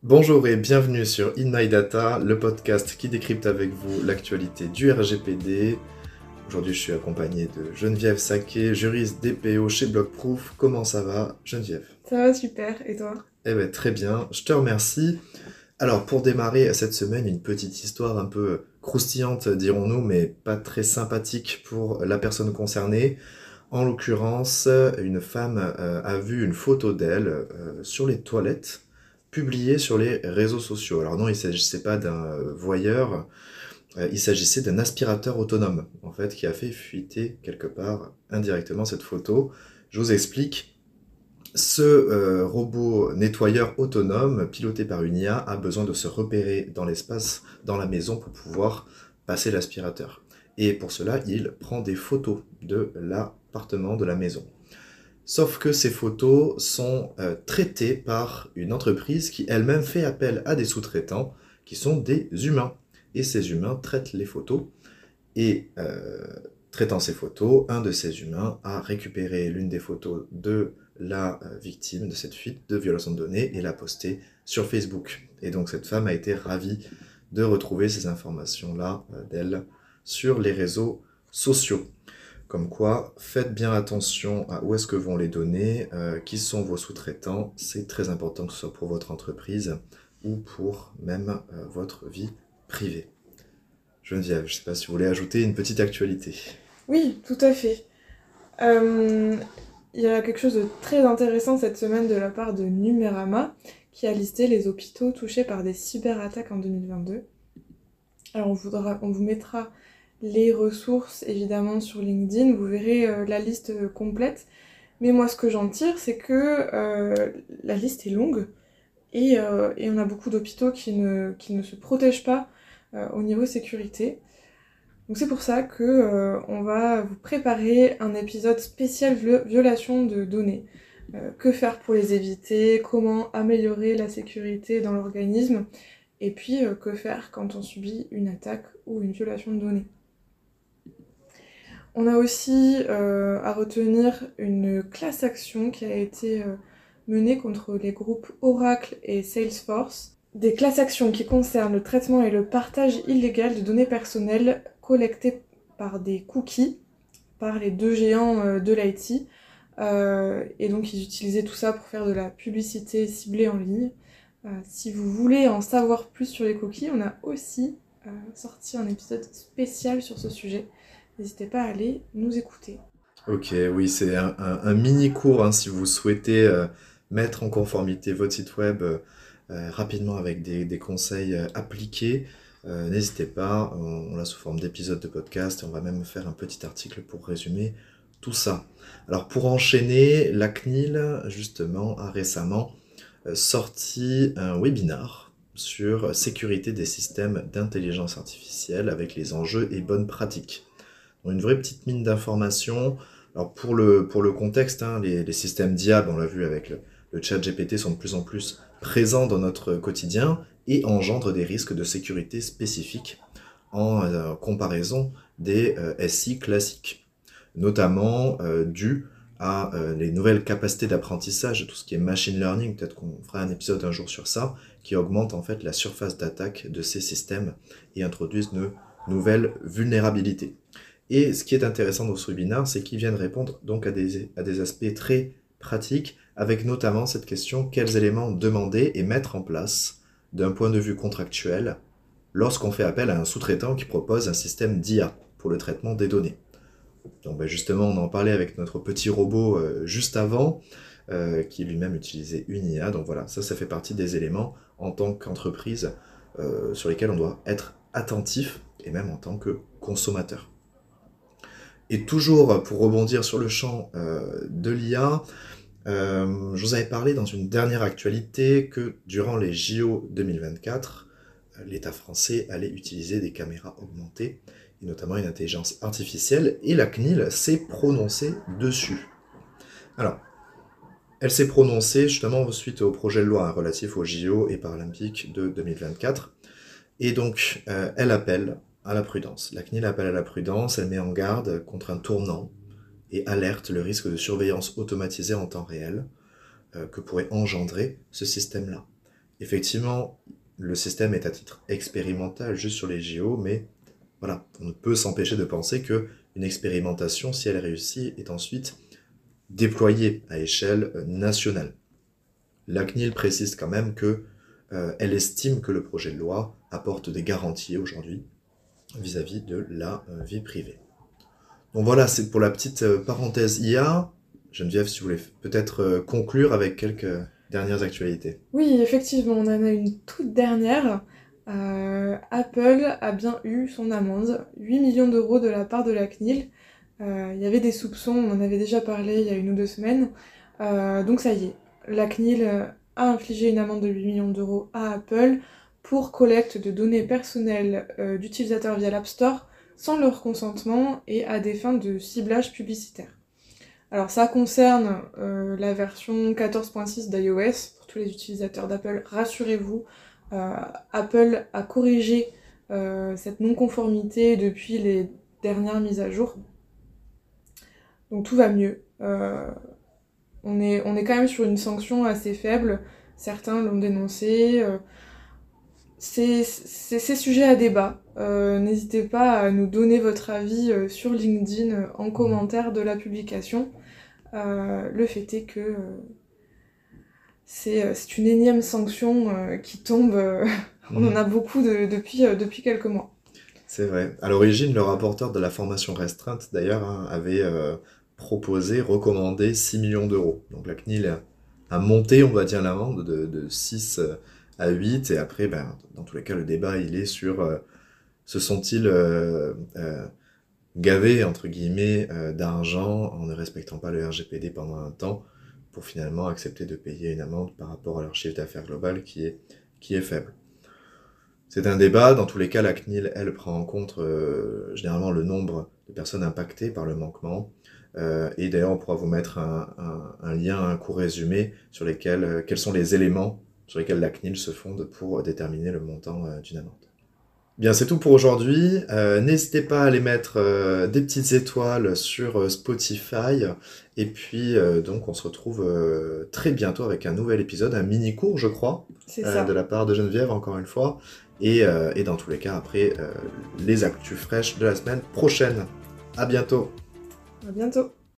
Bonjour et bienvenue sur In My Data, le podcast qui décrypte avec vous l'actualité du RGPD. Aujourd'hui, je suis accompagné de Geneviève Saquet, juriste DPO chez Blockproof. Comment ça va, Geneviève? Ça va super, et toi? Eh bien, très bien, je te remercie. Alors, pour démarrer cette semaine, une petite histoire un peu croustillante, dirons-nous, mais pas très sympathique pour la personne concernée. En l'occurrence, une femme a vu une photo d'elle sur les toilettes publiée sur les réseaux sociaux. Alors non, il ne s'agissait pas d'un voyeur, il s'agissait d'un aspirateur autonome, en fait, qui a fait fuiter quelque part indirectement cette photo. Je vous explique. Ce robot nettoyeur autonome, piloté par une IA, a besoin de se repérer dans l'espace, dans la maison, pour pouvoir passer l'aspirateur. Et pour cela, il prend des photos de l'appartement, de la maison. Sauf que ces photos sont traitées par une entreprise qui elle-même fait appel à des sous-traitants qui sont des humains. Et ces humains traitent les photos. Et traitant ces photos, un de ces humains a récupéré l'une des photos de la victime de cette fuite de violation de données et l'a postée sur Facebook. Et donc cette femme a été ravie de retrouver ces informations-là d'elle sur les réseaux sociaux. Comme quoi, faites bien attention à où est-ce que vont les données, qui sont vos sous-traitants. C'est très important que ce soit pour votre entreprise ou pour même votre vie privée. Geneviève, je ne sais pas si vous voulez ajouter une petite actualité. Oui, tout à fait. Euh, Il y a quelque chose de très intéressant cette semaine de la part de Numérama, qui a listé les hôpitaux touchés par des cyberattaques en 2022. Alors on vous mettra les ressources évidemment sur LinkedIn, vous verrez la liste complète. Mais moi ce que j'en tire, c'est que la liste est longue et on a beaucoup d'hôpitaux qui ne se protègent pas au niveau sécurité. Donc c'est pour ça que on va vous préparer un épisode spécial violation de données. Que faire pour les éviter, comment améliorer la sécurité dans l'organisme, et puis que faire quand on subit une attaque ou une violation de données. On a aussi à retenir une class action qui a été menée contre les groupes Oracle et Salesforce. Des class actions qui concernent le traitement et le partage illégal de données personnelles collectées par des cookies, par les deux géants de l'IT. Et donc ils utilisaient tout ça pour faire de la publicité ciblée en ligne. Si vous voulez en savoir plus sur les cookies, on a aussi sorti un épisode spécial sur ce sujet. N'hésitez pas à aller nous écouter. Ok, oui, c'est un mini cours hein, si vous souhaitez mettre en conformité votre site web rapidement avec des conseils appliqués. N'hésitez pas, on l'a sous forme d'épisode de podcast et on va même faire un petit article pour résumer tout ça. Alors pour enchaîner, la CNIL justement a récemment sorti un webinar sur sécurité des systèmes d'intelligence artificielle avec les enjeux et bonnes pratiques. Donc, une vraie petite mine d'informations. Alors pour le contexte, hein, les systèmes d'IA, on l'a vu avec le chat GPT, sont de plus en plus présents dans notre quotidien et engendrent des risques de sécurité spécifiques en comparaison des SI classiques, notamment dus à les nouvelles capacités d'apprentissage, tout ce qui est machine learning, peut-être qu'on fera un épisode un jour sur ça, qui augmente en fait la surface d'attaque de ces systèmes et introduisent de nouvelles vulnérabilités. Et ce qui est intéressant dans ce webinaire, c'est qu'ils viennent répondre donc à des aspects très pratiques, avec notamment cette question, quels éléments demander et mettre en place d'un point de vue contractuel lorsqu'on fait appel à un sous-traitant qui propose un système d'IA pour le traitement des données. Donc justement, on en parlait avec notre petit robot juste avant, qui lui-même utilisait une IA. Donc voilà, ça fait partie des éléments en tant qu'entreprise sur lesquels on doit être attentif, et même en tant que consommateur. Et toujours pour rebondir sur le champ de l'IA, je vous avais parlé dans une dernière actualité que durant les JO 2024, l'État français allait utiliser des caméras augmentées, et notamment une intelligence artificielle, et la CNIL s'est prononcée dessus. Alors, elle s'est prononcée justement suite au projet de loi relatif aux JO et Paralympiques de 2024, et donc elle appelle à la prudence. La CNIL appelle à la prudence, elle met en garde contre un tournant et alerte le risque de surveillance automatisée en temps réel que pourrait engendrer ce système-là. effectivement, le système est à titre expérimental juste sur les JO, mais voilà, on ne peut s'empêcher de penser que une expérimentation, si elle réussit, est ensuite déployée à échelle nationale. La CNIL précise quand même que elle estime que le projet de loi apporte des garanties aujourd'hui vis-à-vis de la vie privée. Donc voilà, c'est pour la petite parenthèse IA. Geneviève, si vous voulez peut-être conclure avec quelques dernières actualités. Oui, effectivement, on en a une toute dernière. Apple a bien eu son amende, 8 millions d'euros de la part de la CNIL. Il y avait des soupçons, on en avait déjà parlé il y a 1 ou 2 semaines. Donc ça y est, la CNIL a infligé une amende de 8 millions d'euros à Apple pour collecte de données personnelles d'utilisateurs via l'App Store sans leur consentement et à des fins de ciblage publicitaire. Alors ça concerne la version 14.6 d'iOS. Pour tous les utilisateurs d'Apple, rassurez-vous, Apple a corrigé cette non-conformité depuis les dernières mises à jour. Donc tout va mieux. On est quand même sur une sanction assez faible. Certains l'ont dénoncé. C'est sujet à débat. N'hésitez pas à nous donner votre avis sur LinkedIn en commentaire de la publication. Le fait est que c'est une énième sanction qui tombe. On en a beaucoup depuis quelques mois. C'est vrai. À l'origine, le rapporteur de la formation restreinte, d'ailleurs, avait proposé, recommandé 6 millions d'euros. Donc la CNIL a monté, on va dire, l'amende de 6 à 8. Et après, dans tous les cas, le débat, il est sur se sont-ils gavés, entre guillemets, d'argent en ne respectant pas le RGPD pendant un temps pour finalement accepter de payer une amende par rapport à leur chiffre d'affaires global qui est faible. C'est un débat, dans tous les cas, la CNIL, elle, prend en compte généralement le nombre de personnes impactées par le manquement. Et d'ailleurs, on pourra vous mettre un lien, un court résumé sur quels sont les éléments sur lesquels la CNIL se fonde pour déterminer le montant d'une amende. Bien, c'est tout pour aujourd'hui. N'hésitez pas à aller mettre des petites étoiles sur Spotify. Et puis, donc, on se retrouve très bientôt avec un nouvel épisode, un mini-cours, je crois, C'est ça. de la part de Geneviève, encore une fois. Et dans tous les cas, après, les actus fraîches de la semaine prochaine. À bientôt. À bientôt.